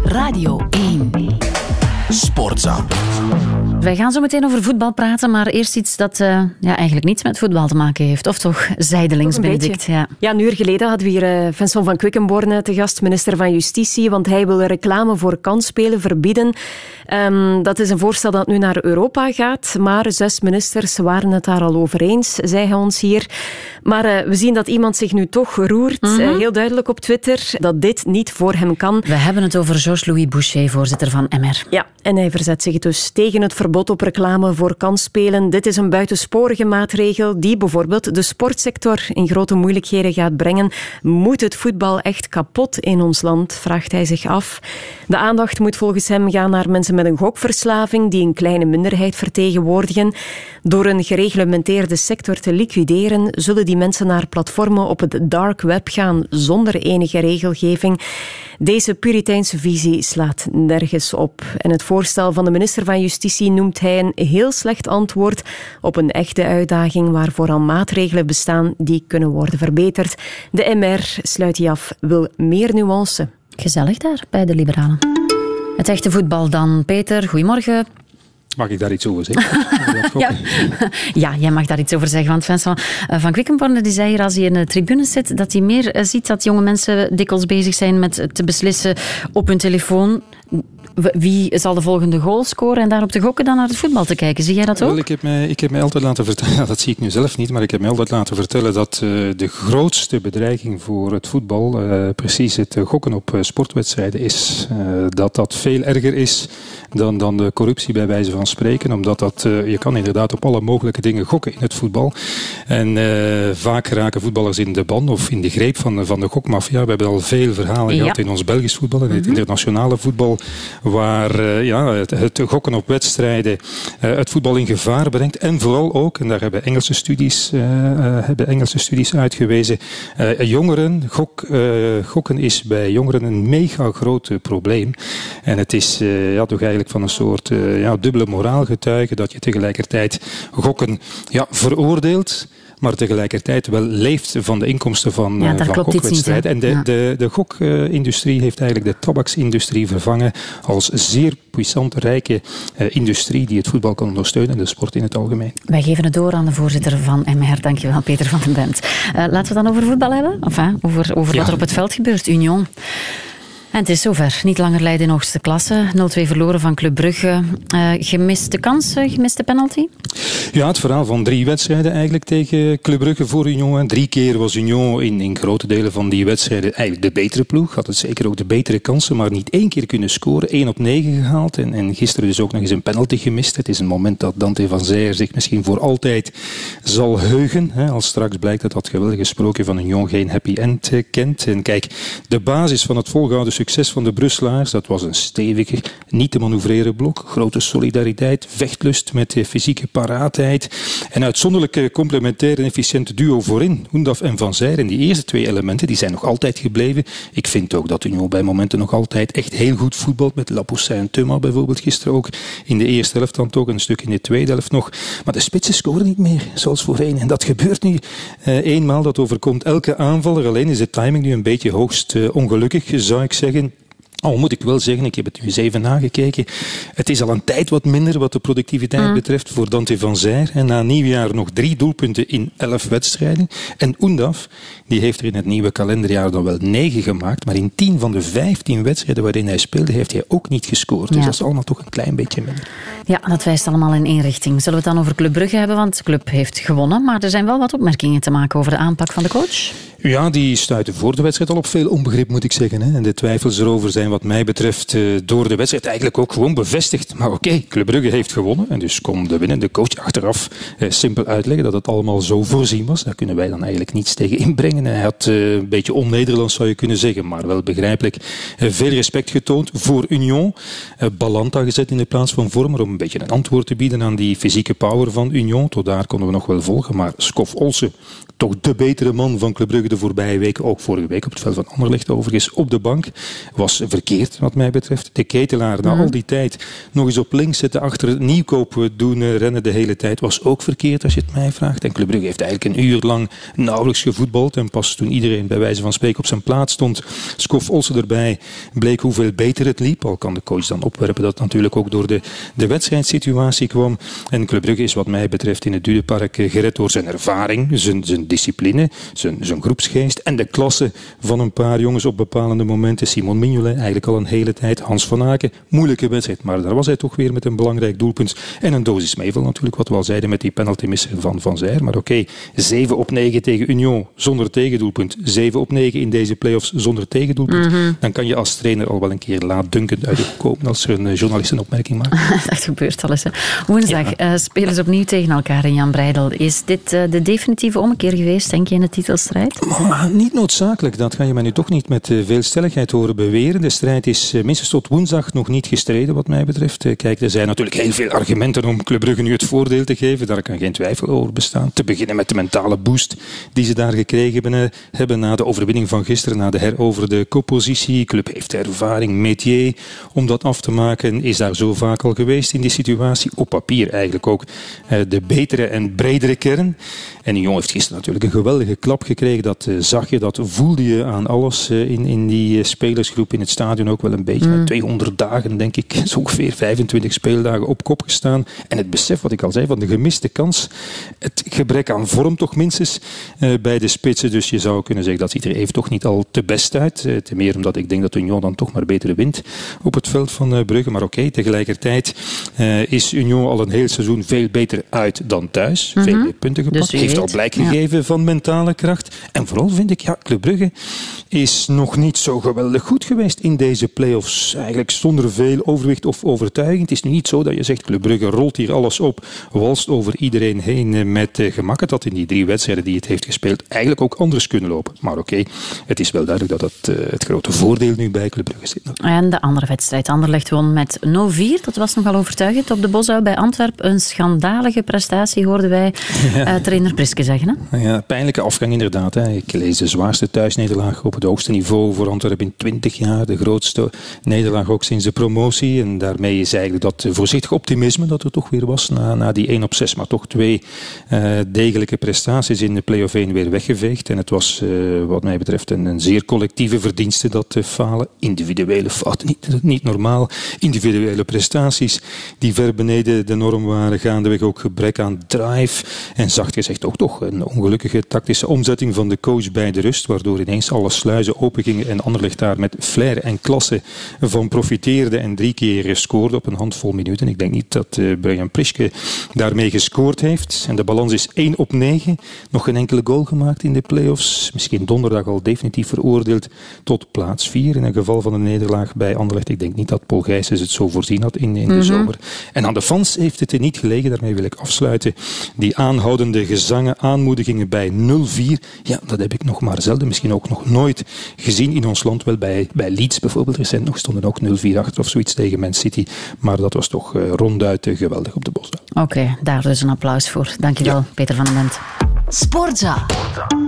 Radio 1. Sportza. Wij gaan zo meteen over voetbal praten, maar eerst iets dat eigenlijk niets met voetbal te maken heeft. Of toch zijdelings, Benedict. Ja, een uur geleden hadden we hier Vincent van Quickenborne te gast, minister van Justitie, want hij wil reclame voor kansspelen verbieden. Dat is een voorstel dat nu naar Europa gaat, maar 6 ministers waren het daar al over eens, zei hij ons hier. Maar we zien dat iemand zich nu toch roert, heel duidelijk op Twitter, dat dit niet voor hem kan. We hebben het over Georges-Louis Boucher, voorzitter van MR. Ja, en hij verzet zich dus tegen het verbod op reclame voor kansspelen. Dit is een buitensporige maatregel die bijvoorbeeld de sportsector in grote moeilijkheden gaat brengen. Moet het voetbal echt kapot in ons land, vraagt hij zich af. De aandacht moet volgens hem gaan naar mensen met een gokverslaving die een kleine minderheid vertegenwoordigen. Door een gereglementeerde sector te liquideren, zullen die mensen naar platformen op het dark web gaan zonder enige regelgeving. Deze puriteinse visie slaat nergens op. En het voorstel van de minister van Justitie noemt hij een heel slecht antwoord op een echte uitdaging waarvoor al maatregelen bestaan die kunnen worden verbeterd. De MR, sluit hij af, wil meer nuance. Gezellig daar, bij de Liberalen. Het echte voetbal dan. Peter, goedemorgen. Mag ik daar iets over zeggen? Ja, jij mag daar iets over zeggen. Want Vincent van Quickenborne die zei hier als hij in de tribune zit dat hij meer ziet dat jonge mensen dikwijls bezig zijn met te beslissen op hun telefoon wie zal de volgende goal scoren en daarop te gokken dan naar het voetbal te kijken. Zie jij dat ook? Wel, ik heb mij altijd laten vertellen, dat zie ik nu zelf niet, maar ik heb mij altijd laten vertellen dat de grootste bedreiging voor het voetbal precies het gokken op sportwedstrijden is. Dat veel erger is dan de corruptie bij wijze van spreken, omdat je kan inderdaad op alle mogelijke dingen gokken in het voetbal. En vaak raken voetballers in de ban of in de greep van de gokmafia. We hebben al veel verhalen gehad in ons Belgisch voetbal en het internationale voetbal, waar het gokken op wedstrijden het voetbal in gevaar brengt. En vooral ook, en daar hebben Engelse studies uitgewezen, gokken is bij jongeren een mega groot probleem. En het is toch eigenlijk van een soort dubbele moraal getuigen dat je tegelijkertijd gokken veroordeelt, maar tegelijkertijd wel leeft van de inkomsten van gokwedstrijden. En de gokindustrie heeft eigenlijk de tabaksindustrie vervangen als zeer puissante, rijke industrie die het voetbal kan ondersteunen en de sport in het algemeen. Wij geven het door aan de voorzitter van MR. Dankjewel, Peter van den Bent. Laten we dan over voetbal hebben? Over wat er op het veld gebeurt. Union. En het is zover. Niet langer leiden in hoogste klasse. 0-2 verloren van Club Brugge. Gemiste kansen, gemiste penalty? Ja, het verhaal van 3 wedstrijden eigenlijk tegen Club Brugge voor Union. En 3 keer was Union in grote delen van die wedstrijden eigenlijk de betere ploeg. Had het zeker ook de betere kansen, maar niet 1 keer kunnen scoren. 1 op 9 gehaald. En gisteren dus ook nog eens een penalty gemist. Het is een moment dat Dante van Zijr zich misschien voor altijd zal heugen. Als straks blijkt dat geweldige sprookje van Union geen happy end kent. En kijk, de basis van het volgehouden succes van de Brusselaars, dat was een stevige, niet te manoeuvreren blok. Grote solidariteit, vechtlust met fysieke paraatheid. En uitzonderlijk complementair en efficiënt duo voorin. Hoendaf en Van Zijr. En die eerste 2 elementen die zijn nog altijd gebleven. Ik vind ook dat Union bij momenten nog altijd echt heel goed voetbalt. Met Lapoussin en Thuma bijvoorbeeld gisteren ook. In de eerste helft dan toch, een stuk in de tweede helft nog. Maar de spitsen scoren niet meer, zoals voorheen. En dat gebeurt nu eenmaal. Dat overkomt elke aanvaller. Alleen is de timing nu een beetje hoogst ongelukkig, zou ik zeggen. Al moet ik wel zeggen, ik heb het nu eens even nagekeken. Het is al een tijd wat minder wat de productiviteit betreft voor Dante van Zijr. En na nieuwjaar nog 3 doelpunten in 11 wedstrijden. En Hoendaf, die heeft er in het nieuwe kalenderjaar dan wel 9 gemaakt. Maar in 10 van de 15 wedstrijden waarin hij speelde, heeft hij ook niet gescoord. Dus dat is allemaal toch een klein beetje minder. Ja, dat wijst allemaal in één richting. Zullen we het dan over Club Brugge hebben? Want de club heeft gewonnen. Maar er zijn wel wat opmerkingen te maken over de aanpak van de coach. Ja, die stuiten voor de wedstrijd al op veel onbegrip, moet ik zeggen. En de twijfels erover zijn wat mij betreft door de wedstrijd eigenlijk ook gewoon bevestigd. Maar oké, Club Brugge heeft gewonnen. En dus kon de winnende coach achteraf simpel uitleggen dat het allemaal zo voorzien was. Daar kunnen wij dan eigenlijk niets tegen inbrengen. Hij had een beetje on-Nederlands, zou je kunnen zeggen, maar wel begrijpelijk. Veel respect getoond voor Union. Balanta gezet in de plaats van Vormer om beetje een antwoord te bieden aan die fysieke power van Union. Tot daar konden we nog wel volgen. Maar Skov Olsen, toch de betere man van Club Brugge de voorbije weken, ook vorige week op het veld van Anderlecht overigens, op de bank, was verkeerd wat mij betreft. De Ketelaar, na al die tijd nog eens op links zitten, achter Nieuwkoop doen rennen de hele tijd, was ook verkeerd als je het mij vraagt. En Club Brugge heeft eigenlijk een uur lang nauwelijks gevoetbald. En pas toen iedereen bij wijze van spreken op zijn plaats stond, Skov Olsen erbij, bleek hoeveel beter het liep. Al kan de coach dan opwerpen dat natuurlijk ook door de wedstrijdsituatie kwam. En Club Brugge is wat mij betreft in het Dudepark gered door zijn ervaring, zijn discipline, zijn groepsgeest en de klasse van een paar jongens op bepalende momenten. Simon Mignolet eigenlijk al een hele tijd. Hans van Aken, moeilijke wedstrijd, maar daar was hij toch weer met een belangrijk doelpunt. En een dosis meeval natuurlijk, wat we al zeiden met die penaltymisser van Zijr. Maar oké, 7 op 9 tegen Union zonder tegendoelpunt. 7 op 9 in deze play-offs zonder tegendoelpunt. Dan kan je als trainer al wel een keer laatdunkend uit de hoek komen als er een journalist een opmerking maakt. Dat gebeurt al eens. Hè. Woensdag spelen ze opnieuw tegen elkaar in Jan Breidel. Is dit de definitieve ommekeer geweest, denk je, in de titelstrijd? Maar niet noodzakelijk. Dat ga je mij nu toch niet met veel stelligheid horen beweren. De strijd is minstens tot woensdag nog niet gestreden, wat mij betreft. Kijk, er zijn natuurlijk heel veel argumenten om Club Brugge nu het voordeel te geven. Daar kan geen twijfel over bestaan. Te beginnen met de mentale boost die ze daar gekregen hebben na de overwinning van gisteren, na de heroverde koppositie. Club heeft ervaring, métier om dat af te maken. Is daar zo vaak al geweest in die situatie. Op papier eigenlijk ook de betere en bredere kern. En Union heeft gisteren natuurlijk een geweldige klap gekregen. Dat zag je, dat voelde je aan alles in die spelersgroep in het stadion ook wel een beetje. Met 200 dagen, denk ik, zo ongeveer 25 speeldagen op kop gestaan. En het besef, wat ik al zei, van de gemiste kans. Het gebrek aan vorm toch minstens bij de spitsen. Dus je zou kunnen zeggen, dat ziet er even toch niet al te best uit. Te meer omdat ik denk dat Union dan toch maar beter wint op het veld van Brugge. Maar oké, tegelijkertijd is Union al een heel seizoen veel beter uit dan thuis. Veel meer punten gepakt. Dus heeft al blijk gegeven van mentale kracht. En vooral vind ik, Club Brugge is nog niet zo geweldig goed geweest in deze play-offs. Eigenlijk zonder veel overwicht of overtuiging. Het is nu niet zo dat je zegt, Club Brugge rolt hier alles op, walst over iedereen heen met gemak. Het had in die 3 wedstrijden die het heeft gespeeld eigenlijk ook anders kunnen lopen. Maar oké, het is wel duidelijk dat het grote voordeel nu bij Club Brugge zit. En de andere wedstrijd, Anderlecht won met 0-4. Dat was nogal overtuigend op de Bosuil bij Antwerpen. Een schandalige prestatie, hoorden wij trainer Priske zeggen. Hè? Ja, pijnlijke afgang inderdaad. Hè. Ik lees de zwaarste thuisnederlaag op het hoogste niveau voor Antwerpen in 20 jaar. De grootste nederlaag ook sinds de promotie. En daarmee is eigenlijk dat voorzichtig optimisme dat er toch weer was na die 1-6, maar toch 2 degelijke prestaties in de play-off 1 weer weggeveegd. En het was wat mij betreft een zeer collectieve verdienste dat falen. Individuele fouten, niet normaal. Individuele prestaties die ver beneden de norm waren. Gaandeweg ook gebrek aan drive. En zacht gezegd ook toch een ongelukkige tactische omzetting van de coach bij de rust, waardoor ineens alle sluizen opengingen en Anderlecht daar met flair en klasse van profiteerde en 3 keer scoorde op een handvol minuten. Ik denk niet dat Brian Priske daarmee gescoord heeft. En de balans is 1 op 9. Nog geen enkele goal gemaakt in de play-offs. Misschien donderdag al definitief veroordeeld tot plaats 4 in een geval van een nederlaag bij Anderlecht. Ik denk niet dat Paul Gijsens het zo voorzien had in de zomer. En aan de fans heeft het er niet gelegen. Daarmee wil ik afsluiten. Die aanhoudende gezangen, aanmoedigingen bij 0-4. Ja, dat heb ik nog maar zelden, misschien ook nog nooit gezien in ons land. Wel bij Leeds bijvoorbeeld. Recent nog stonden ook 0-4 achter of zoiets tegen Man City. Maar dat was toch ronduit geweldig op de Bosuil. Oké, daar dus een applaus voor. Dankjewel, Peter van den Bent. Sportza.